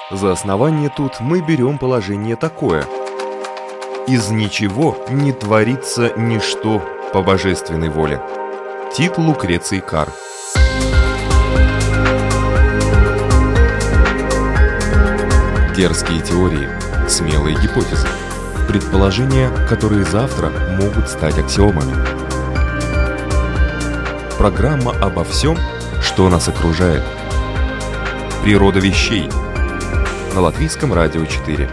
За основание тут мы берем положение такое: «Из ничего не творится ничто по божественной воле». Тит Лукреций Кар. Дерзкие теории, смелые гипотезы, предположения, которые завтра могут стать аксиомами. Программа обо всем, что нас окружает. Природа вещей. На Латвийском радио 4.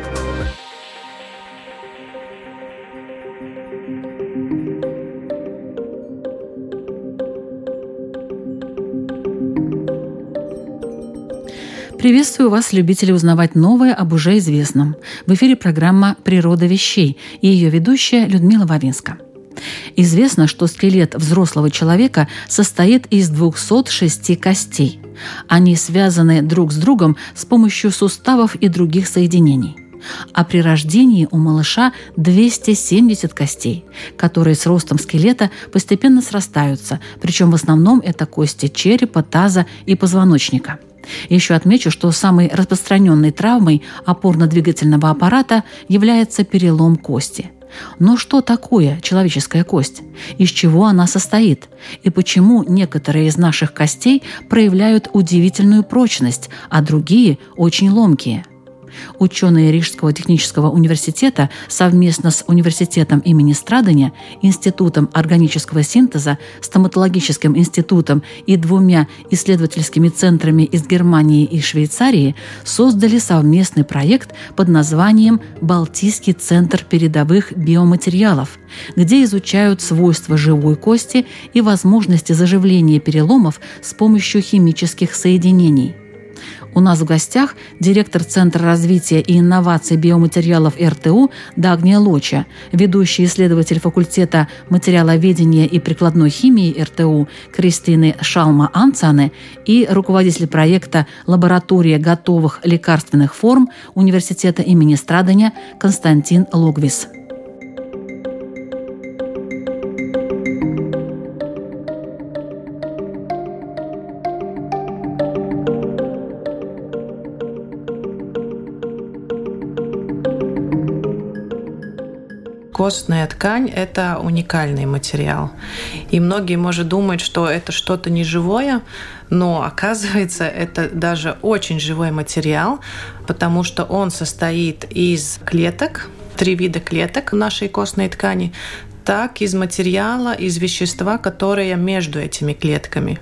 Приветствую вас, любители узнавать новое об уже известном. В эфире программа «Природа вещей» и ее ведущая Людмила Вавинска. Известно, что скелет взрослого человека состоит из 206 костей. Они связаны друг с другом с помощью суставов и других соединений. А при рождении у малыша 270 костей, которые с ростом скелета постепенно срастаются, причем в основном это кости черепа, таза и позвоночника. Еще отмечу, что самой распространенной травмой опорно-двигательного аппарата является перелом кости. Но что такое человеческая кость? Из чего она состоит? И почему некоторые из наших костей проявляют удивительную прочность, а другие очень ломкие? Ученые Рижского технического университета совместно с Университетом имени Страдания, Институтом органического синтеза, Стоматологическим институтом и 2 исследовательскими центрами из Германии и Швейцарии создали совместный проект под названием «Балтийский центр передовых биоматериалов», где изучают свойства живой кости и возможности заживления переломов с помощью химических соединений. У нас в гостях директор Центра развития и инноваций биоматериалов РТУ Дагния Лоча, ведущий исследователь факультета материаловедения и прикладной химии РТУ Кристины Шалма-Анцане и руководитель проекта «Лаборатория готовых лекарственных форм» Университета имени Страдания Константин Логвис. Костная ткань – это уникальный материал. И многие, может, думают, что это что-то неживое, но оказывается, это даже очень живой материал, потому что он состоит из клеток, 3 вида клеток в нашей костной ткани, так из материала, из вещества, которое между этими клетками.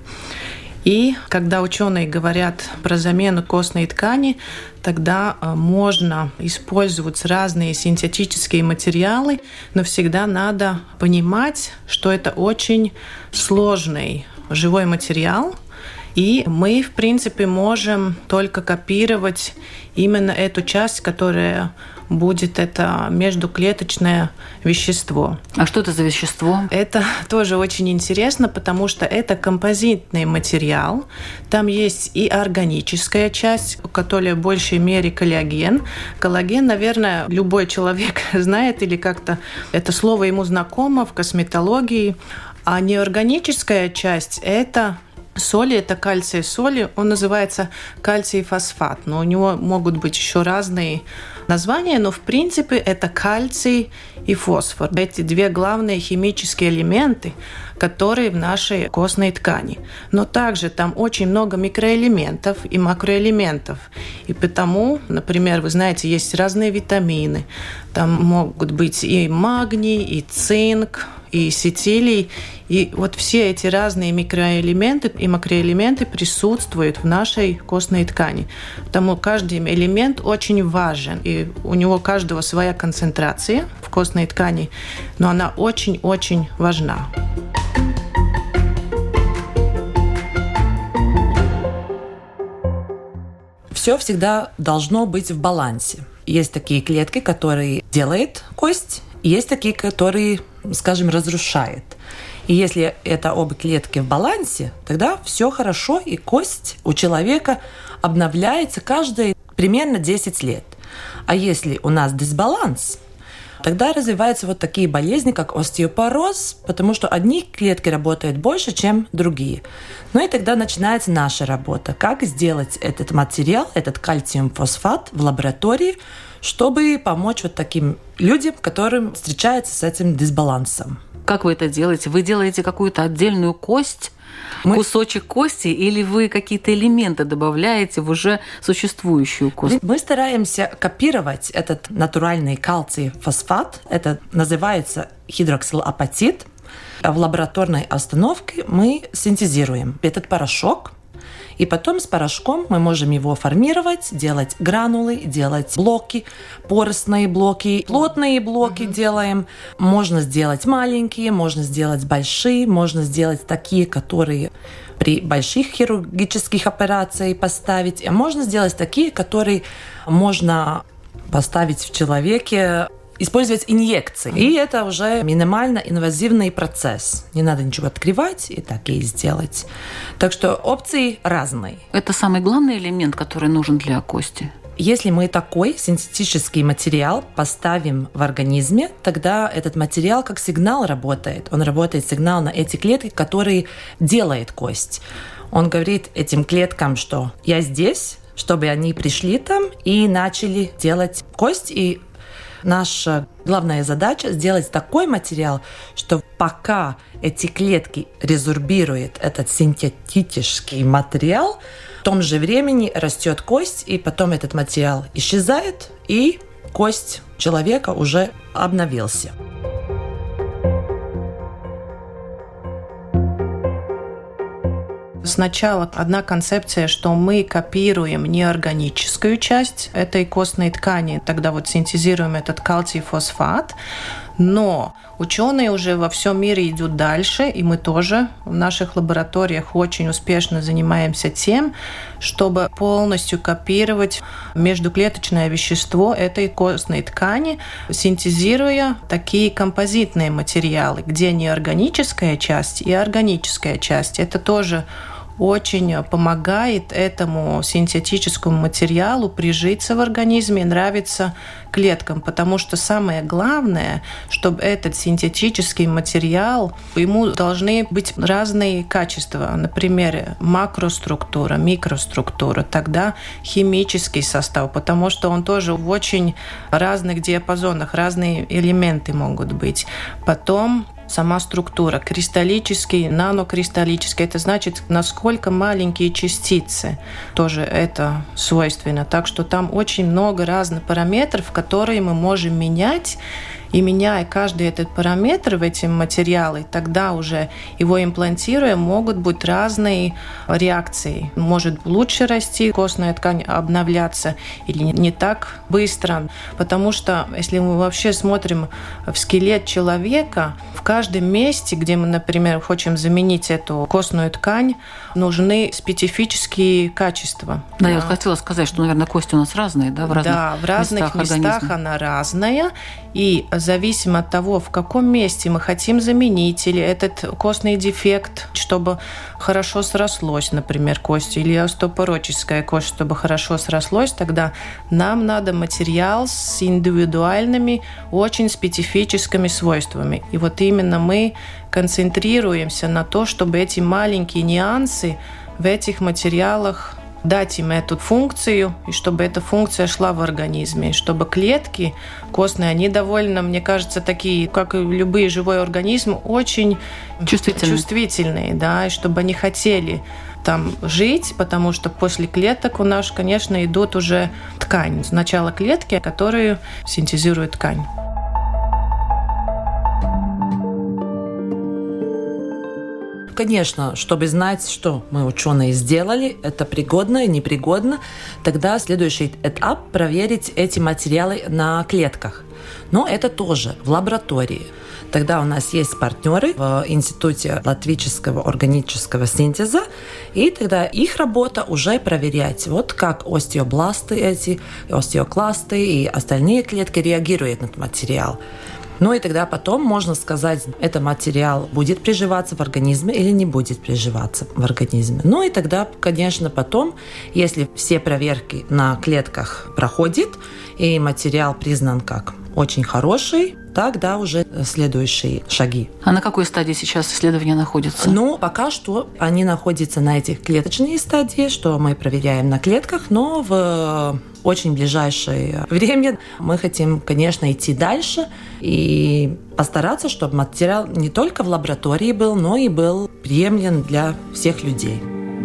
И когда ученые говорят про замену костной ткани, тогда можно использовать разные синтетические материалы, но всегда надо понимать, что это очень сложный живой материал, и мы, в принципе, можем только копировать именно эту часть, которая будет это междуклеточное вещество. А что это за вещество? Это тоже очень интересно, потому что это композитный материал. Там есть и органическая часть, которая в большей мере коллаген. Коллаген, наверное, любой человек знает или как-то это слово ему знакомо в косметологии. А неорганическая часть – это соли, это кальций соли, он называется кальций-фосфат, но у него могут быть еще разные названия, но в принципе это кальций и фосфор. Эти 2 главные химические элементы, которые в нашей костной ткани. Но также там очень много микроэлементов и макроэлементов. И потому, например, вы знаете, есть разные витамины. Там могут быть и магний, и цинк, и сетилий. И вот все эти разные микроэлементы и макроэлементы присутствуют в нашей костной ткани. Потому каждый элемент очень важен. И у него каждого своя концентрация в костной ткани, но она очень-очень важна. Все всегда должно быть в балансе. Есть такие клетки, которые делают кость, и есть такие, которые, скажем, разрушают. И если это обе клетки в балансе, тогда все хорошо, и кость у человека обновляется каждые примерно 10 лет. А если у нас дисбаланс, тогда развиваются вот такие болезни, как остеопороз, потому что одни клетки работают больше, чем другие. Ну и тогда начинается наша работа. Как сделать этот материал, этот кальциум-фосфат в лаборатории, чтобы помочь вот таким людям, которым встречаются с этим дисбалансом. Как вы это делаете? Вы делаете какую-то отдельную кость, кусочек кости, или вы какие-то элементы добавляете в уже существующую кость? Мы стараемся копировать этот натуральный кальций-фосфат. Это называется гидроксилапатит. В лабораторной обстановке мы синтезируем этот порошок. И потом с порошком мы можем его формировать, делать гранулы, делать блоки, поросные блоки, плотные блоки делаем. Можно сделать маленькие, можно сделать большие, можно сделать такие, которые при больших хирургических операциях поставить. А можно сделать такие, которые можно поставить в человеке, использовать инъекции. И это уже минимально инвазивный процесс. Не надо ничего открывать и так и сделать. Так что опции разные. Это самый главный элемент, который нужен для кости? Если мы такой синтетический материал поставим в организме, тогда этот материал как сигнал работает. Он работает сигнал на эти клетки, которые делают кость. Он говорит этим клеткам, что я здесь, чтобы они пришли там и начали делать кость. И наша главная задача сделать такой материал, что пока эти клетки резорбируют этот синтетический материал, в том же времени растет кость, и потом этот материал исчезает, и кость человека уже обновился. Сначала одна концепция, что мы копируем неорганическую часть этой костной ткани, тогда вот синтезируем этот кальций-фосфат, но ученые уже во всем мире идут дальше, и мы тоже в наших лабораториях очень успешно занимаемся тем, чтобы полностью копировать междуклеточное вещество этой костной ткани, синтезируя такие композитные материалы, где неорганическая часть и органическая часть. Это тоже очень помогает этому синтетическому материалу прижиться в организме и нравиться клеткам, потому что самое главное, чтобы этот синтетический материал, ему должны быть разные качества, например, макроструктура, микроструктура, тогда химический состав, потому что он тоже в очень разных диапазонах, разные элементы могут быть. Потом сама структура, кристаллический, нанокристаллический, это значит, насколько маленькие частицы, тоже это свойственно. Так что там очень много разных параметров, которые мы можем менять, и меняя каждый этот параметр в эти материалы, тогда уже его имплантируя, могут быть разные реакции. Может лучше расти костная ткань, обновляться или не так быстро. Потому что если мы вообще смотрим в скелет человека, в каждом месте, где мы, например, хотим заменить эту костную ткань, нужны специфические качества. Да, я вот хотела сказать, что, наверное, кости у нас разные, да, в разных местах она разная, и зависимо от того, в каком месте мы хотим заменить, или этот костный дефект, чтобы хорошо срослось, например, кость, или остеопороческая кость, чтобы хорошо срослось, тогда нам надо материал с индивидуальными, очень специфическими свойствами. И вот именно мы концентрируемся на то, чтобы эти маленькие нюансы в этих материалах дать им эту функцию, и чтобы эта функция шла в организме, и чтобы клетки костные, они довольно, мне кажется, такие, как и любые живой организм, очень чувствительные, да, и чтобы они хотели там жить, потому что после клеток у нас, конечно, идут уже ткань. Сначала клетки, которые синтезируют ткань. Конечно, чтобы знать, что мы, ученые, сделали, это пригодно и непригодно, тогда следующий этап – проверить эти материалы на клетках. Но это тоже в лаборатории. Тогда у нас есть партнеры в Институте латвийского органического синтеза, и тогда их работа уже проверять, вот как остеобласты эти, остеокласты и остальные клетки реагируют на этот материал. Ну и тогда потом можно сказать, этот материал будет приживаться в организме или не будет приживаться в организме. Ну и тогда, конечно, потом, если все проверки на клетках проходят, и материал признан как очень хороший, тогда уже следующие шаги. А на какой стадии сейчас исследования находятся? Пока что они находятся на этих клеточных стадиях, что мы проверяем на клетках, но в очень ближайшее время мы хотим, конечно, идти дальше и постараться, чтобы материал не только в лаборатории был, но и был приемлем для всех людей.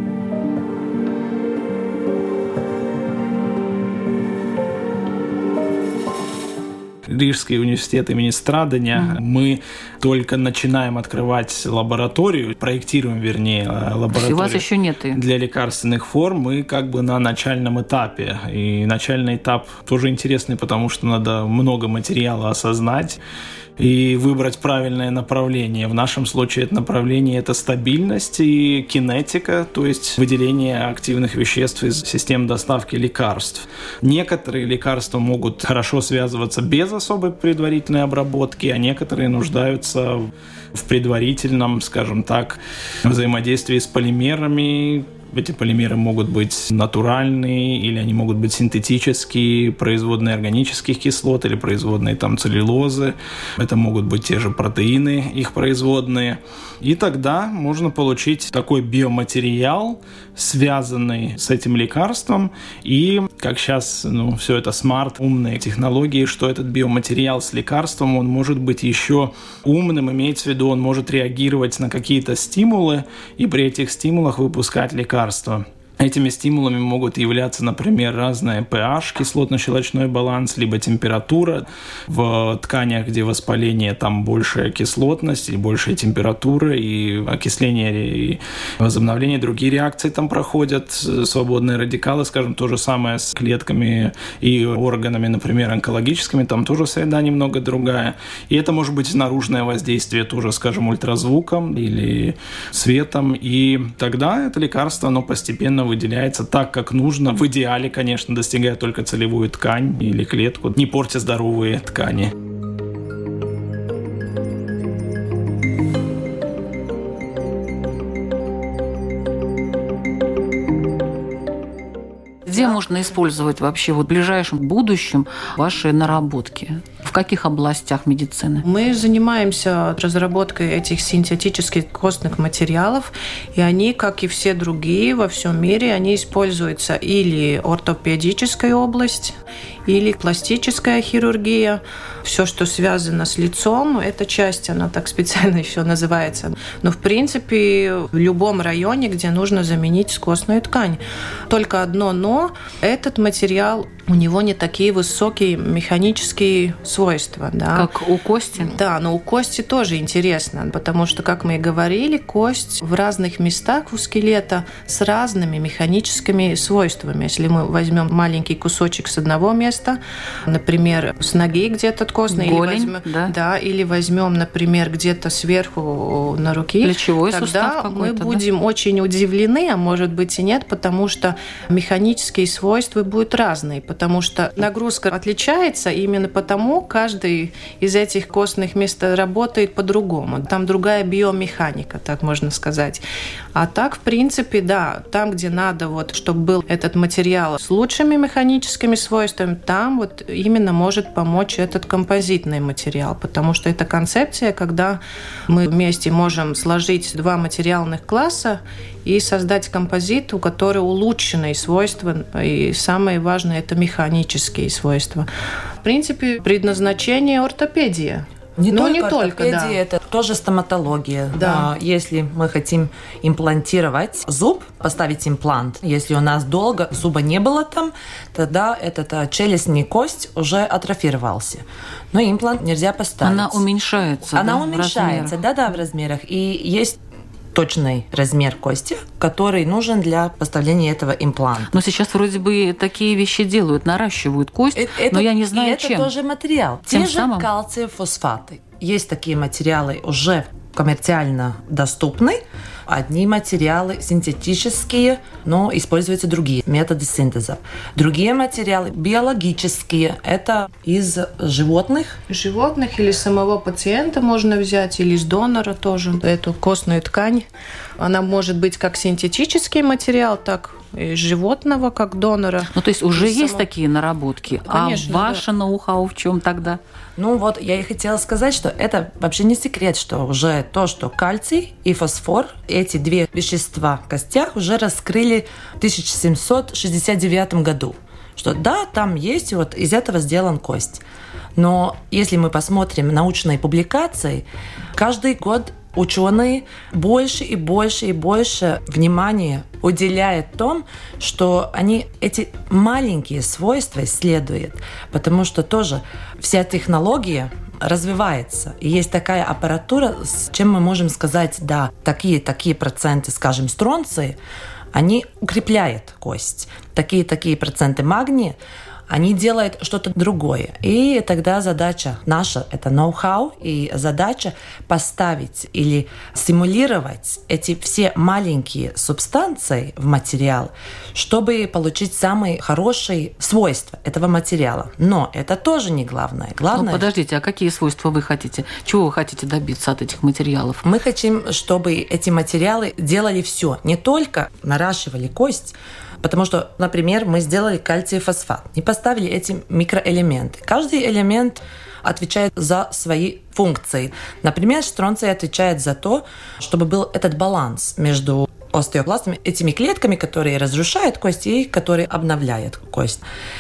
Рижский университет имени Страдания. Мы только начинаем открывать лабораторию, проектируем, вернее, лабораторию. У вас еще нет ее. Для лекарственных форм. Мы как бы на начальном этапе. И начальный этап тоже интересный, потому что надо много материала осознать и выбрать правильное направление. В нашем случае это направление – это стабильность и кинетика, то есть выделение активных веществ из систем доставки лекарств. Некоторые лекарства могут хорошо связываться без особой предварительной обработки, а некоторые нуждаются в предварительном, скажем так, взаимодействии с полимерами. Эти полимеры могут быть натуральные, или они могут быть синтетические, производные органических кислот или производные целлюлозы. Это могут быть те же протеины, их производные. И тогда можно получить такой биоматериал, связанный с этим лекарством. И, как сейчас, все это смарт, умные технологии, что этот биоматериал с лекарством, он может быть еще умным, имеется в виду, он может реагировать на какие-то стимулы, и при этих стимулах выпускать лекарства. Этими стимулами могут являться, например, разные pH, кислотно-щелочной баланс, либо температура. В тканях, где воспаление, там большая кислотность и большая температура, и окисление, и возобновление, другие реакции там проходят. Свободные радикалы, скажем, то же самое с клетками и органами, например, онкологическими, там тоже среда немного другая. И это может быть наружное воздействие тоже, скажем, ультразвуком или светом. И тогда это лекарство, оно постепенно выделяется так, как нужно. В идеале, конечно, достигая только целевую ткань или клетку, не портя здоровые ткани. Где можно использовать вообще в ближайшем будущем ваши наработки? В каких областях медицины? Мы занимаемся разработкой этих синтетических костных материалов, и они, как и все другие во всем мире, они используются или ортопедическая область, или пластическая хирургия. Все, что связано с лицом, эта часть, она так специально еще называется. Но, в принципе, в любом районе, где нужно заменить костную ткань. Только одно «но» – этот материал, у него не такие высокие механические свойства. Да? Как у кости? Да, но у кости тоже интересно, потому что, как мы и говорили, кость в разных местах у скелета с разными механическими свойствами. Если мы возьмем маленький кусочек с одного места, например, с ноги где-то костной, голень, или возьмем, например, где-то сверху на руке, плечевой сустав тогда мы будем очень удивлены, а может быть и нет, потому что механические свойства будут разные, потому что нагрузка отличается, именно потому каждый из этих костных мест работает по-другому. Там другая биомеханика, так можно сказать. А так, в принципе, да, там, где надо, чтобы был этот материал с лучшими механическими свойствами, там именно может помочь этот композитный материал, потому что это концепция, когда мы вместе можем сложить два материальных класса и создать композит, у которого улучшенные свойства, и самое важное – это механические свойства. В принципе, предназначение ортопедия. Не только ортопедия, да. Это тоже стоматология. Да. Если мы хотим имплантировать зуб, поставить имплант, если у нас долго зуба не было там, тогда эта челюстная кость уже атрофировался. Но имплант нельзя поставить. Она уменьшается. Она уменьшается, в размерах. И есть точный размер кости, который нужен для поставления этого импланта. Но сейчас вроде бы такие вещи делают, наращивают кость, но я не знаю, чем. Это тоже материал. Те же кальциев-фосфаты. Есть такие материалы уже коммерциально доступны. Одни материалы синтетические, но используются другие методы синтеза. Другие материалы биологические. Это из животных. Животных или самого пациента можно взять, или из донора тоже. Эту костную ткань. Она может быть как синтетический материал, так животного как донора. Ну, то есть уже есть такие наработки, Конечно, а ваше ноу-хау в чем тогда? Ну вот, я и хотела сказать, что это вообще не секрет, что уже то, что кальций и фосфор, эти две вещества в костях уже раскрыли в 1769 году. Что да, там есть, и вот из этого сделан кость. Но если мы посмотрим научные публикации, каждый год ученые больше и больше и больше внимания уделяют тому, что они эти маленькие свойства исследуют, потому что тоже вся технология развивается. И есть такая аппаратура, с чем мы можем сказать, да, такие проценты, скажем, стронция, они укрепляют кость. Такие проценты магния, они делают что-то другое. И тогда задача наша, это ноу-хау, и задача поставить или симулировать эти все маленькие субстанции в материал, чтобы получить самые хорошие свойства этого материала. Но это тоже не главное. Главное... Ну, подождите, а какие свойства вы хотите? Чего вы хотите добиться от этих материалов? Мы хотим, чтобы эти материалы делали все, не только наращивали кость, потому что, например, мы сделали кальций-фосфат и поставили эти микроэлементы. Каждый элемент отвечает за свои функции. Например, стронций отвечает за то, чтобы был этот баланс между остеобластами, этими клетками, которые разрушают кость и которые обновляют кость.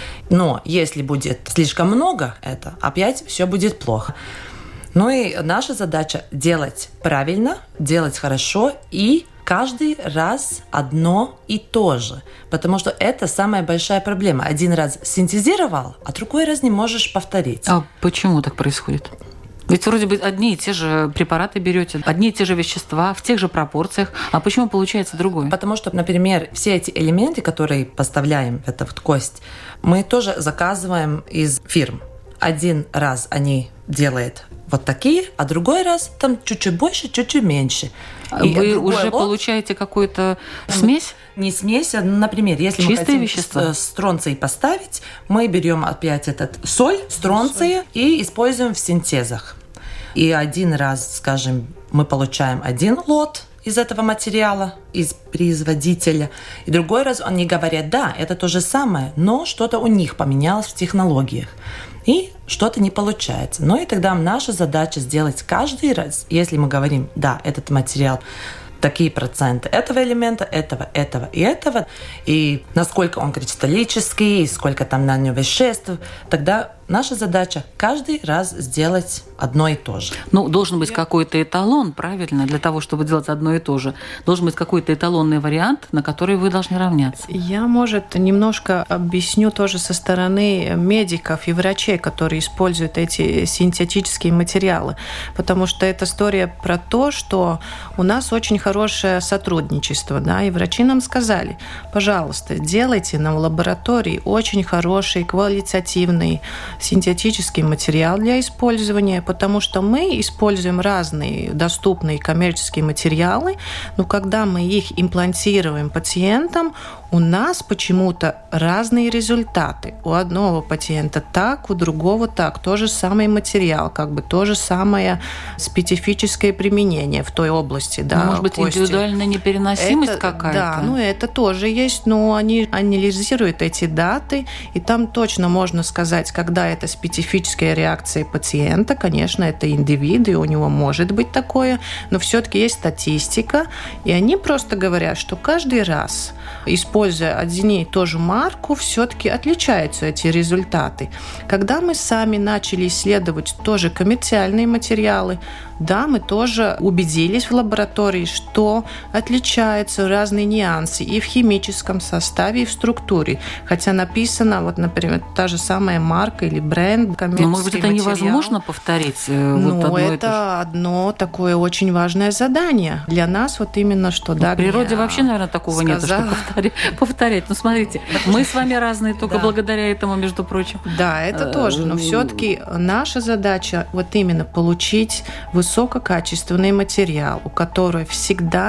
Но если будет слишком много, это опять все будет плохо. Ну и наша задача делать правильно, делать хорошо и каждый раз одно и то же. Потому что это самая большая проблема. Один раз синтезировал, а другой раз не можешь повторить. А почему так происходит? Ведь вроде бы одни и те же препараты берете, одни и те же вещества, в тех же пропорциях. А почему получается другое? Потому что, например, все эти элементы, которые поставляем в эту кость, мы тоже заказываем из фирм. Один раз они делают вот такие, а другой раз там чуть-чуть больше, чуть-чуть меньше. И вы уже получаете какую-то смесь? Не смесь, а, например, если чистые мы хотим стронций поставить, мы берем опять этот соль, стронция и используем в синтезах. И один раз, скажем, мы получаем один лот из этого материала, из производителя. И другой раз они говорят, да, это то же самое, но что-то у них поменялось в технологиях. И что-то не получается. Ну и тогда наша задача сделать каждый раз, если мы говорим, да, этот материал, такие проценты этого элемента, этого и этого, и насколько он кристаллический, и сколько там на нем веществ, тогда наша задача каждый раз сделать одно и то же. Ну, должен быть какой-то эталон, правильно, для того, чтобы делать одно и то же. Должен быть какой-то эталонный вариант, на который вы должны равняться. Я, может, немножко объясню тоже со стороны медиков и врачей, которые используют эти синтетические материалы. Потому что это история про то, что у нас очень хорошее сотрудничество, да, и врачи нам сказали, пожалуйста, делайте нам в лаборатории очень хороший, квалитативный синтетический материал для использования, потому что мы используем разные доступные коммерческие материалы, но когда мы их имплантируем пациентам, у нас почему-то разные результаты. У одного пациента так, у другого так. То же самый материал, как бы то же самое специфическое применение в той области. Да, может быть, кости. Индивидуальная непереносимость какая-то? Да, ну это тоже есть, но они анализируют эти даты, и там точно можно сказать, когда это специфическая реакция пациента. Конечно, это индивид, и у него может быть такое, но все-таки есть статистика, и они просто говорят, что каждый раз, используя одни и ту же марку, все-таки отличаются эти результаты. Когда мы сами начали исследовать тоже коммерциальные материалы, да, мы тоже убедились в лаборатории, что отличаются разные нюансы и в химическом составе, и в структуре. Хотя написано, вот, например, та же самая марка или бренд, коммерческий материал. Но, может быть, это невозможно повторить? Ну, это одно такое очень важное задание для нас, вот именно что... В природе вообще, наверное, такого нет, что повторять. Ну, смотрите, мы с вами разные только благодаря этому, между прочим. Да, это тоже. Но все-таки наша задача вот именно получить высококачественный материал, у которого всегда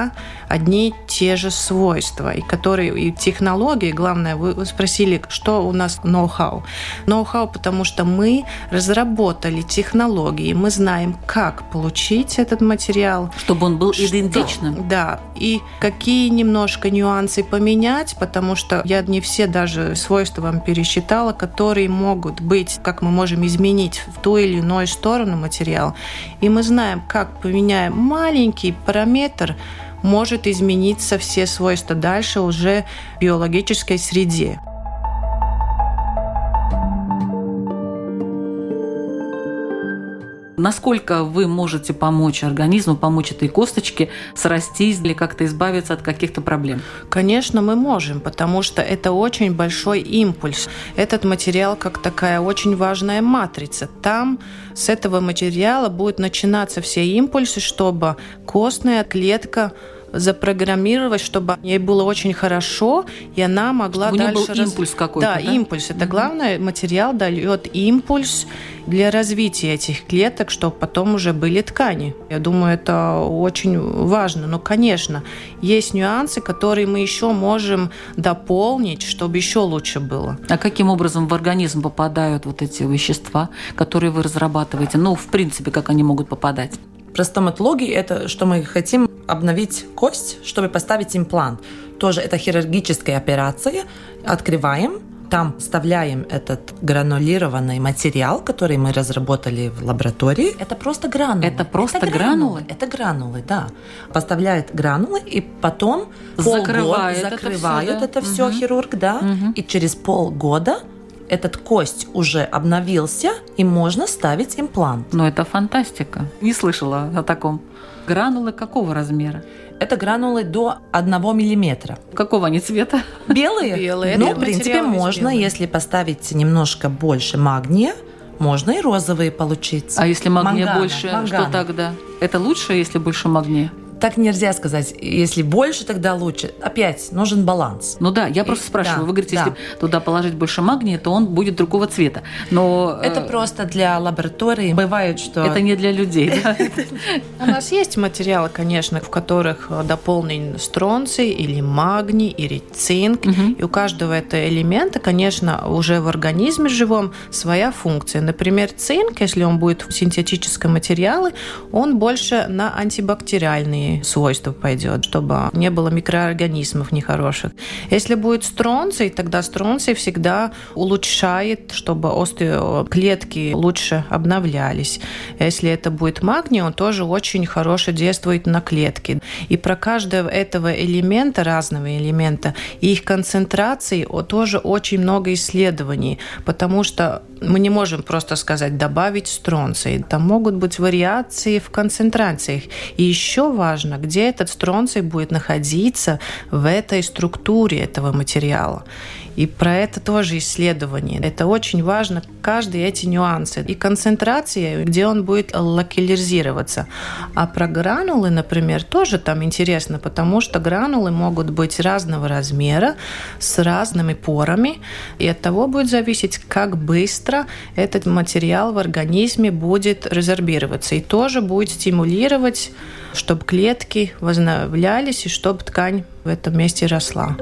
одни и те же свойства, и которые и технологии, главное, вы спросили, что у нас ноу-хау. Ноу-хау, потому что мы разработали технологии, мы знаем, как получить этот материал. Чтобы он был идентичным. Да, и какие немножко нюансы поменять, потому что я не все даже свойства вам пересчитала, которые могут быть, как мы можем изменить в ту или иную сторону материал. И мы знаем, как, поменяя маленький параметр, может измениться все свойства дальше уже в биологической среде. Насколько вы можете помочь организму, помочь этой косточке срастись или как-то избавиться от каких-то проблем? Конечно, мы можем, потому что это очень большой импульс. Этот материал как такая очень важная матрица. Там с этого материала будут начинаться все импульсы, чтобы костная клетка запрограммировать, чтобы ей было очень хорошо, и она могла чтобы дальше... У нее был импульс какой-то, да? Да, импульс. Это главное, материал дает импульс для развития этих клеток, чтобы потом уже были ткани. Я думаю, это очень важно. Но, конечно, есть нюансы, которые мы еще можем дополнить, чтобы еще лучше было. А каким образом в организм попадают вот эти вещества, которые вы разрабатываете? Ну, в принципе, как они могут попадать? Про стоматологию это, что мы хотим обновить кость, чтобы поставить имплант. Тоже это хирургическая операция. Открываем, там вставляем этот гранулированный материал, который мы разработали в лаборатории. Это просто гранулы. Это просто гранулы? Это гранулы, да. Поставляют гранулы, и потом закрывает это все хирург, да. И через полгода этот кость уже обновился, и можно ставить имплант. Но это фантастика. Не слышала о таком. Гранулы какого размера? Это гранулы до 1 миллиметра. Какого они цвета? Белые. Белые. Ну, в принципе, можно, если поставить немножко больше магния, можно и розовые получить. А если магния больше, что тогда? Это лучше, если больше магния? Так нельзя сказать. Если больше, тогда лучше. Опять нужен баланс. Ну да, я просто спрашиваю. Да, вы говорите, если туда положить больше магния, то он будет другого цвета. Но это просто для лаборатории. Бывает, что... Это не для людей. У нас есть материалы, конечно, в которых дополнен стронций или магний, или цинк. И у каждого этого элемента, конечно, уже в организме живом своя функция. Например, цинк, если он будет в синтетическом материале, он больше на антибактериальные свойства пойдет, чтобы не было микроорганизмов нехороших. Если будет стронций, тогда стронций всегда улучшает, чтобы остеоклетки лучше обновлялись. Если это будет магний, он тоже очень хорошо действует на клетки. И про каждого этого элемента, разного элемента, и их концентрации тоже очень много исследований, потому что мы не можем просто сказать добавить стронций. Там могут быть вариации в концентрациях. И еще важно, где этот стронций будет находиться в этой структуре этого материала. И про это тоже исследование. Это очень важно, каждые эти нюансы. И концентрация, где он будет локализироваться. А про гранулы, например, тоже там интересно, потому что гранулы могут быть разного размера, с разными порами. И от того будет зависеть, как быстро этот материал в организме будет резорбироваться. И тоже будет стимулировать, чтобы клетки возобновлялись и чтобы ткань в этом месте росла.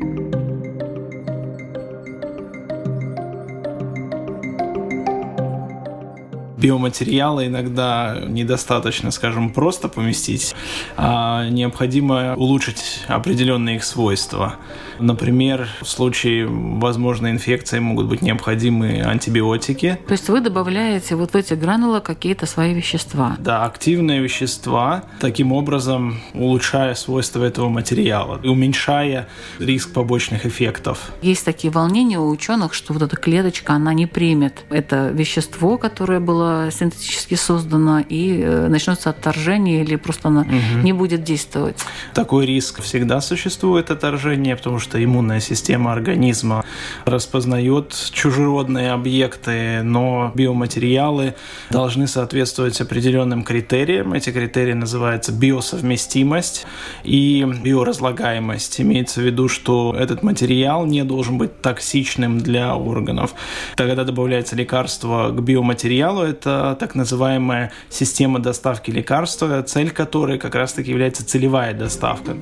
Биоматериалы иногда недостаточно, скажем, просто поместить, а необходимо улучшить определенные их свойства. Например, в случае возможной инфекции могут быть необходимы антибиотики. То есть вы добавляете вот в эти гранулы какие-то свои вещества? Да, активные вещества, таким образом улучшая свойства этого материала и уменьшая риск побочных эффектов. Есть такие волнения у ученых, что вот эта клеточка, она не примет это вещество, которое было синтетически создано, и начнется отторжение или просто она не будет действовать. Такой риск всегда существует, отторжение, потому что иммунная система организма распознает чужеродные объекты, но биоматериалы должны соответствовать определенным критериям. Эти критерии называются биосовместимость и биоразлагаемость. Имеется в виду, что этот материал не должен быть токсичным для органов. Когда добавляется лекарство к биоматериалу, это так называемая система доставки лекарства, цель которой как раз-таки является целевая доставка.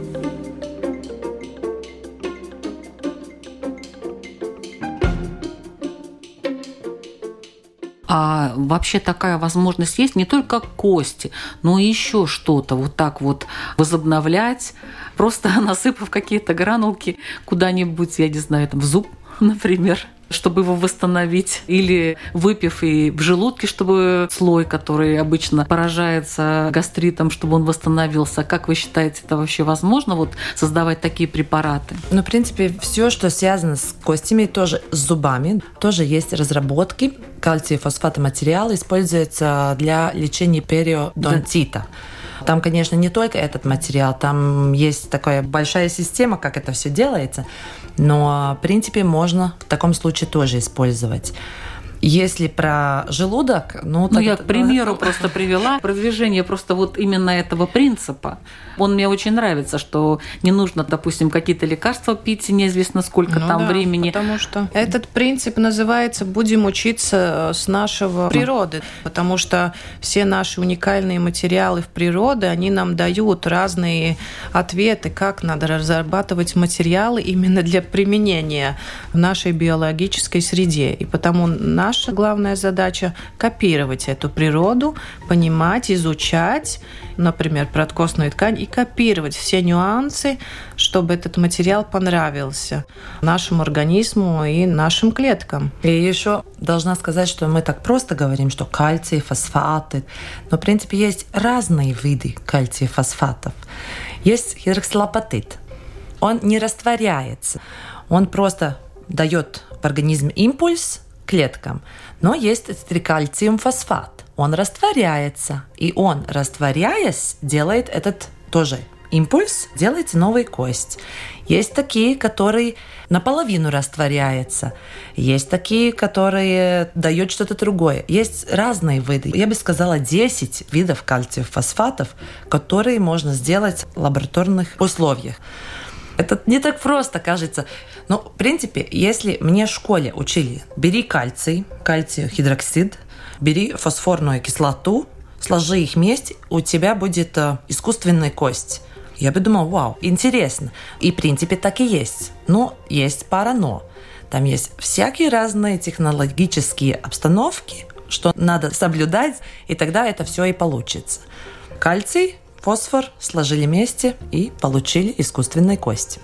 А вообще такая возможность есть не только кости, но и еще что-то вот так вот возобновлять, просто насыпав какие-то гранулки куда-нибудь, я не знаю, там в зуб, например, чтобы его восстановить, или выпив и в желудке, чтобы слой, который обычно поражается гастритом, чтобы он восстановился. Как вы считаете, это вообще возможно, вот создавать такие препараты? Ну, в принципе, все, что связано с костями, тоже с зубами, тоже есть разработки. Кальций-фосфат материал используется для лечения периодонтита. Там, конечно, не только этот материал, там есть такая большая система, как это все делается, но, в принципе, можно в таком случае тоже использовать. Если про желудок... Я к примеру просто привела продвижение просто вот именно этого принципа. Он мне очень нравится, что не нужно, допустим, какие-то лекарства пить неизвестно сколько времени. Потому что этот принцип называется «будем учиться с нашего природы», потому что все наши уникальные материалы в природе, они нам дают разные ответы, как надо разрабатывать материалы именно для применения в нашей биологической среде. И потому наша главная задача – копировать эту природу, понимать, изучать, например, подкостную ткань, и копировать все нюансы, чтобы этот материал понравился нашему организму и нашим клеткам. И еще должна сказать, что мы так просто говорим, что кальций, фосфаты, но, в принципе, есть разные виды кальция-фосфатов. Есть гидроксилапатит. Он не растворяется, он просто дает в организм импульс клеткам. Но есть трикальциум-фосфат. Он растворяется, и он, растворяясь, делает этот тоже импульс, делается новая кость. Есть такие, которые наполовину растворяются. Есть такие, которые дают что-то другое. Есть разные виды. Я бы сказала, 10 видов кальция-фосфатов, которые можно сделать в лабораторных условиях. Это не так просто, кажется. Но, в принципе, если мне в школе учили, бери кальций, кальций-гидроксид, бери фосфорную кислоту, сложи их вместе, у тебя будет искусственная кость. Я бы думала, вау, интересно. И, в принципе, так и есть. Но есть пара «но». Там есть всякие разные технологические обстановки, что надо соблюдать, и тогда это все и получится. Кальций, фосфор сложили вместе и получили искусственную кость.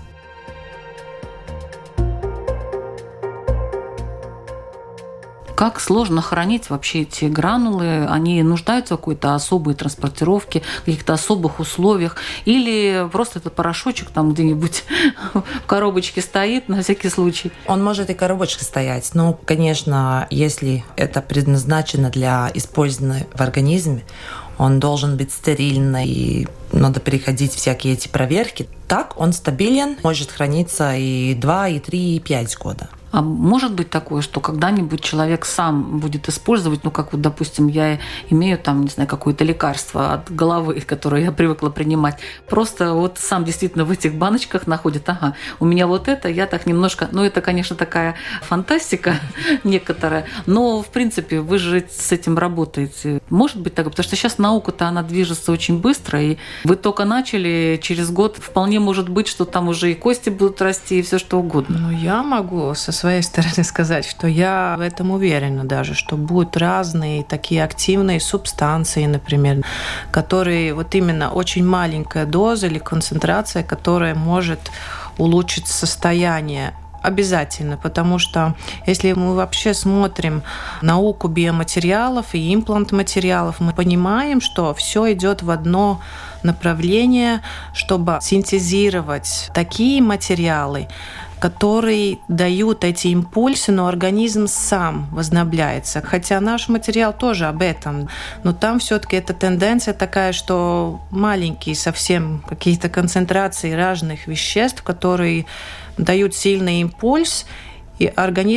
Как сложно хранить вообще эти гранулы? Они нуждаются в какой-то особой транспортировке, в каких-то особых условиях? Или просто этот порошочек там где-нибудь в коробочке стоит на всякий случай? Он может и в коробочке стоять. Но, конечно, если это предназначено для использования в организме, он должен быть стерильный, и надо переходить всякие эти проверки. Так он стабилен, может храниться и 2, и 3, и 5 года. А может быть такое, что когда-нибудь человек сам будет использовать, как вот, допустим, я имею там, не знаю, какое-то лекарство от головы, которое я привыкла принимать, просто вот сам действительно в этих баночках находит, у меня вот это, я так немножко, это, конечно, такая фантастика некоторая, но, в принципе, вы же с этим работаете. Может быть такое, потому что сейчас наука-то, она движется очень быстро, и вы только начали, через год вполне может быть, что там уже и кости будут расти, и все что угодно. Я могу со своей стороны сказать, что я в этом уверена даже, что будут разные такие активные субстанции, например, которые вот именно очень маленькая доза или концентрация, которая может улучшить состояние. Обязательно, потому что если мы вообще смотрим науку биоматериалов и имплант-материалов, мы понимаем, что все идет в одно направление, чтобы синтезировать такие материалы, которые дают эти импульсы, но организм сам возобновляется. Хотя наш материал тоже об этом. Но там все-таки эта тенденция такая, что маленькие совсем какие-то концентрации разных веществ, которые дают сильный импульс, и организм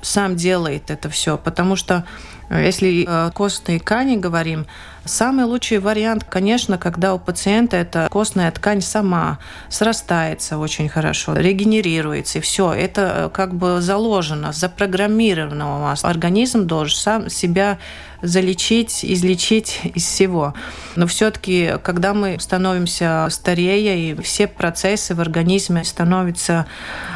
сам делает это все, потому что если о костной ткани говорим, самый лучший вариант, конечно, когда у пациента эта костная ткань сама срастается очень хорошо, регенерируется, и все. Это как бы заложено, запрограммировано у вас. Организм должен сам себя залечить, излечить из всего. Но все-таки, когда мы становимся старее, и все процессы в организме становятся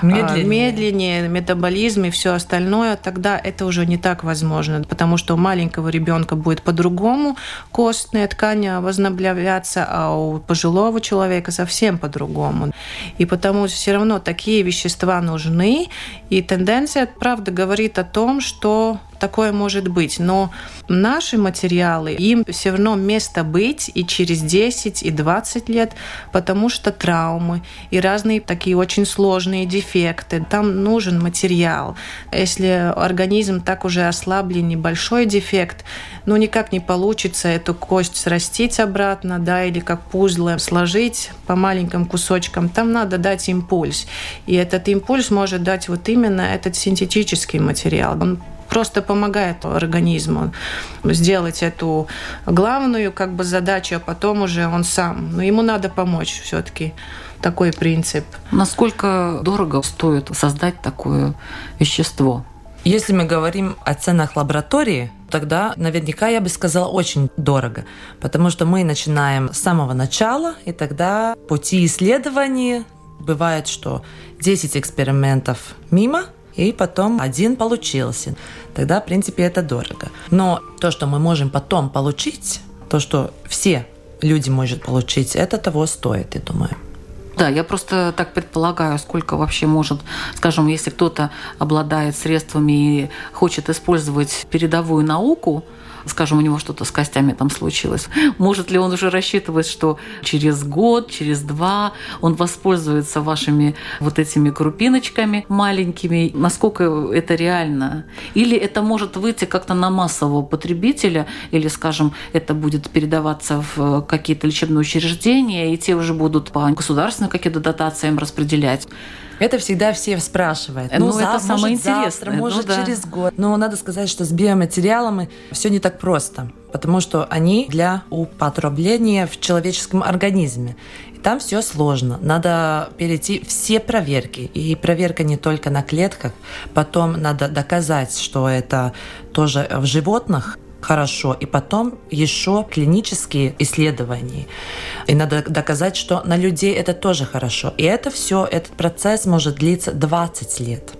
медленнее, метаболизм и все остальное, тогда это уже не так возможно, потому что у маленького ребенка будет по-другому костная ткань возобновляться, а у пожилого человека совсем по-другому. И потому все равно такие вещества нужны, и тенденция, правда, говорит о том, что такое может быть. Но наши материалы, им все равно место быть и через 10, и 20 лет, потому что травмы и разные такие очень сложные дефекты. Там нужен материал. Если организм так уже ослаблен, небольшой дефект, никак не получится эту кость срастить обратно, или как пузлы сложить по маленьким кусочкам. Там надо дать импульс. И этот импульс может дать вот именно этот синтетический материал. Он просто помогает организму сделать эту главную задачу, а потом уже он сам. Но ему надо помочь все-таки. Такой принцип. Насколько дорого стоит создать такое вещество? Если мы говорим о ценах лаборатории, тогда наверняка я бы сказала очень дорого, потому что мы начинаем с самого начала, и тогда пути исследований бывает, что 10 экспериментов мимо, и потом один получился. Тогда, в принципе, это дорого. Но то, что мы можем потом получить, то, что все люди могут получить, это того стоит, я думаю. Да, я просто так предполагаю, сколько вообще может, скажем, если кто-то обладает средствами и хочет использовать передовую науку, скажем, у него что-то с костями там случилось, может ли он уже рассчитывать, что через год, через 2 он воспользуется вашими вот этими крупиночками маленькими? Насколько это реально? Или это может выйти как-то на массового потребителя, или, скажем, это будет передаваться в какие-то лечебные учреждения, и те уже будут по государственным каким-то дотациям распределять? Это всегда все спрашивают. Это самое интересное. Завтра, может, через год. Но надо сказать, что с биоматериалами все не так просто, потому что они для употребления в человеческом организме. И там все сложно. Надо перейти все проверки. И проверка не только на клетках. Потом надо доказать, что это тоже в животных хорошо, и потом еще клинические исследования. И надо доказать, что на людей это тоже хорошо. И это все, этот процесс может длиться 20 лет.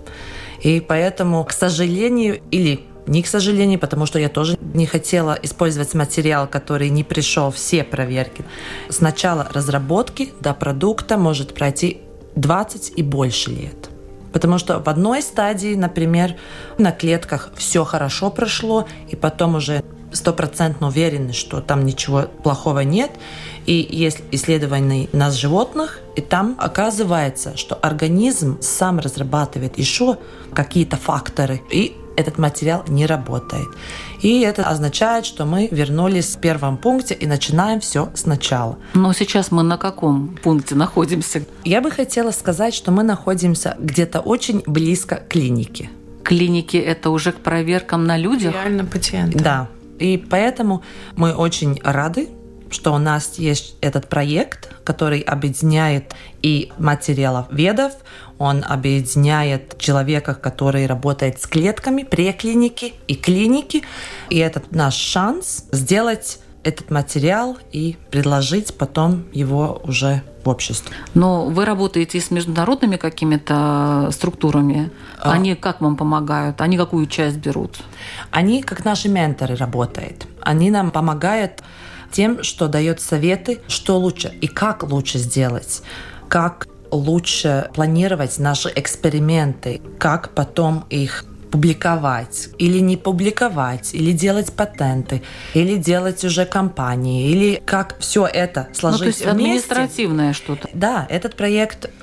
И поэтому, к сожалению, или не к сожалению, потому что я тоже не хотела использовать материал, который не прошел все проверки. С начала разработки до продукта может пройти 20 и больше лет. Потому что в одной стадии, например, на клетках все хорошо прошло, и потом уже 100% уверены, что там ничего плохого нет. И есть исследования на животных, и там оказывается, что организм сам разрабатывает еще какие-то факторы, и этот материал не работает. И это означает, что мы вернулись в первом пункте и начинаем все сначала. Но сейчас мы на каком пункте находимся? Я бы хотела сказать, что мы находимся где-то очень близко к клинике. Клиники – это уже к проверкам на людях? Реально пациенты. Да. И поэтому мы очень рады, что у нас есть этот проект, который объединяет и материаловедов, он объединяет человека, который работает с клетками, преклиники и клиники. И это наш шанс сделать этот материал и предложить потом его уже в обществе. Но вы работаете с международными какими-то структурами? Они как вам помогают? Они какую часть берут? Они как наши менторы работают. Они нам помогают тем, что дает советы, что лучше и как лучше сделать, как лучше планировать наши эксперименты, как потом их публиковать или не публиковать, или делать патенты, или делать уже компании, или как все это сложить то есть вместе. Административное что-то. Да, этот проект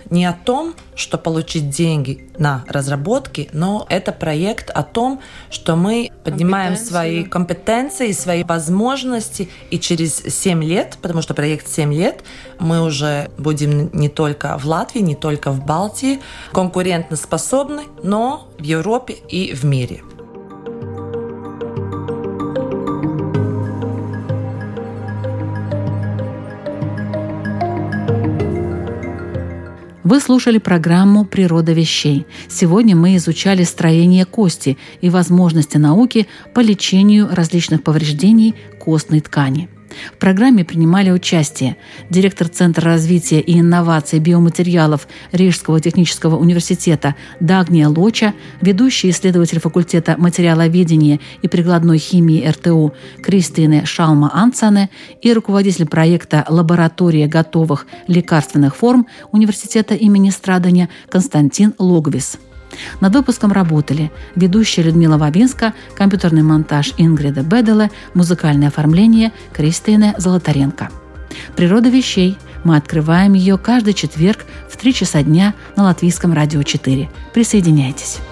не о том, что получить деньги на разработки, но это проект о том, что мы поднимаем свои компетенции, свои возможности, и через 7 лет, потому что проект 7 лет, мы уже будем не только в Латвии, не только в Балтии конкурентоспособны, но в Европе и в мире. Вы слушали программу «Природа вещей». Сегодня мы изучали строение кости и возможности науки по лечению различных повреждений костной ткани. В программе принимали участие директор Центра развития и инноваций биоматериалов Рижского технического университета Дагния Лоча, ведущий исследователь факультета материаловедения и прикладной химии РТУ Кристине Шалма-Ансане и руководитель проекта «Лаборатория готовых лекарственных форм» университета имени Страдания Константин Логвис. Над выпуском работали ведущая Людмила Вавинска, компьютерный монтаж Ингрида Беделе, музыкальное оформление Кристины Золотаренко. «Природа вещей». Мы открываем ее каждый четверг в 3 часа дня на Латвийском радио 4. Присоединяйтесь.